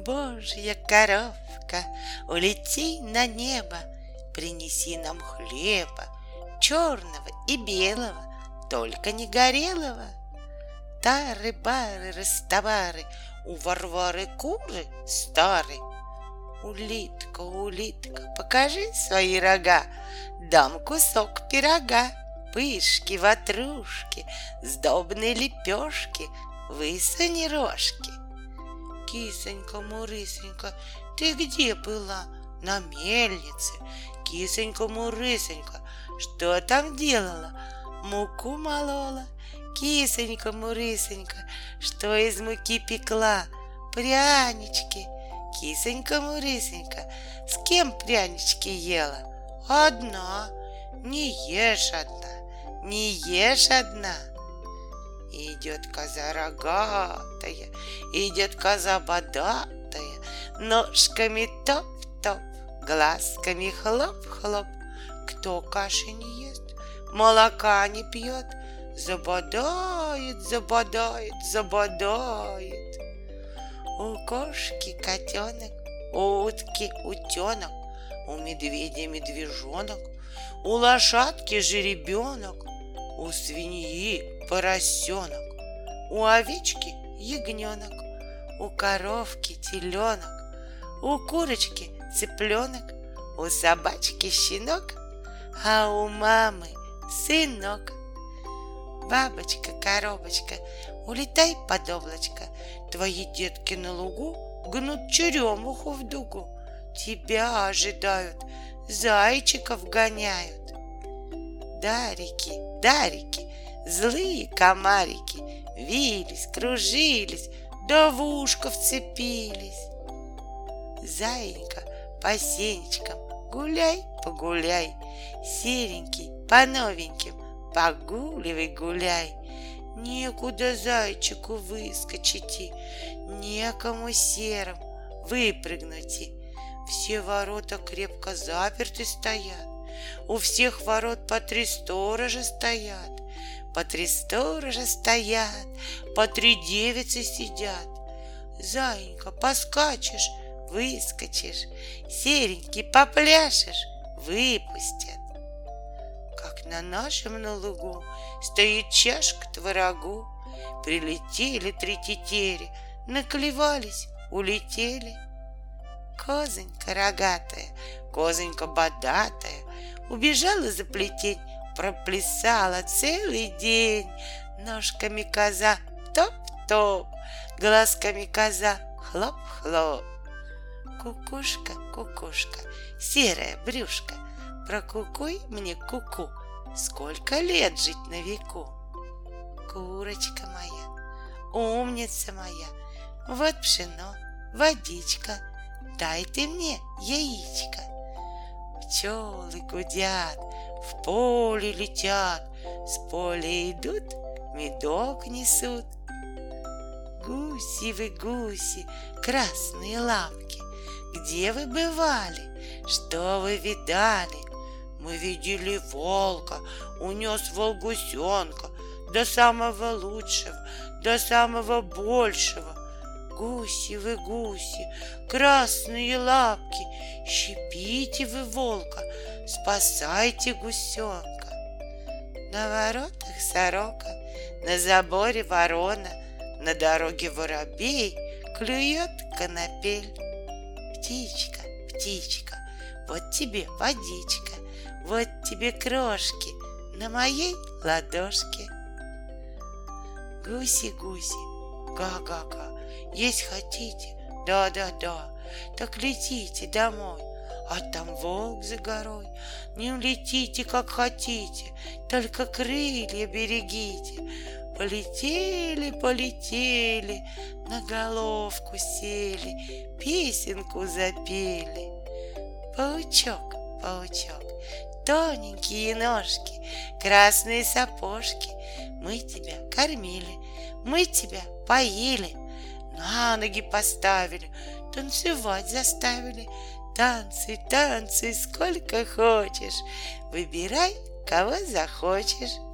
Божья коровка, улети на небо, принеси нам хлеба, черного и белого, только не горелого. Тары-бары, растовары, у Варвары куры старые. Улитка, улитка, покажи свои рога, дам кусок пирога. Пышки, ватрушки, сдобные лепешки, высуни рожки. Кисонька, Мурысонька, ты где была? На мельнице. Кисонька, Мурысонька, что там делала? Муку молола. Кисонька, Мурысонька, что из муки пекла? Прянички. Кисонька, Мурысонька, с кем прянички ела? Одна. Не ешь одна, не ешь одна. Идет коза рогатая, идет коза бодатая, ножками топ-топ, глазками хлоп-хлоп. Кто каши не ест, молока не пьет, забодает, забодает, забодает. У кошки котенок, у утки утенок, у медведя медвежонок, у лошадки жеребенок, у свиньи поросенок, у овечки ягненок, у коровки теленок, у курочки цыпленок, у собачки щенок, а у мамы сынок. Бабочка-коробочка, улетай под облачко, твои детки на лугу гнут черемуху в дугу. Тебя ожидают, зайчиков гоняют. Дарики, дарики, злые комарики вились, кружились, да в ушко вцепились. Заинька по сенечкам гуляй, погуляй, серенький по новеньким погуливай, гуляй. Некуда зайчику выскочить, некому серым выпрыгнуть. Все ворота крепко заперты стоят, у всех ворот по 3 сторожа стоят, по 3 сторожа стоят, по 3 девицы сидят. Заинька, поскачешь, выскочишь, серенький попляшешь, выпустят. Как на нашем на лугу стоит чашка творогу, прилетели 3 тетери, наклевались, улетели. Козонька рогатая, козонька бодатая, убежала за плетень, проплясала целый день. Ножками коза топ-топ, глазками коза хлоп-хлоп. Кукушка, кукушка, серая брюшка, прокукуй мне куку, сколько лет жить на веку. Курочка моя, умница моя, вот пшено, водичка, дай ты мне яичко. Пчелы гудят, в поле летят, с поля идут, медок несут. Гуси вы, гуси, красные лапки, где вы бывали, что вы видали? Мы видели волка, унес волк гусенка, до самого лучшего, до самого большего. Гуси вы, гуси, красные лапки, щипите вы волка, спасайте гусенка. На воротах сорока, на заборе ворона, на дороге воробей клюет конопель. Птичка, птичка, вот тебе водичка, вот тебе крошки на моей ладошке. Гуси-гуси, га-га-га, есть хотите? Да-да-да, так летите домой, а там волк за горой. Не улетите, как хотите, только крылья берегите. Полетели, полетели, на головку сели, песенку запели. Паучок, паучок, тоненькие ножки, красные сапожки, мы тебя кормили, мы тебя поили, на ноги поставили, танцевать заставили. Танцы, танцы, сколько хочешь, выбирай, кого захочешь.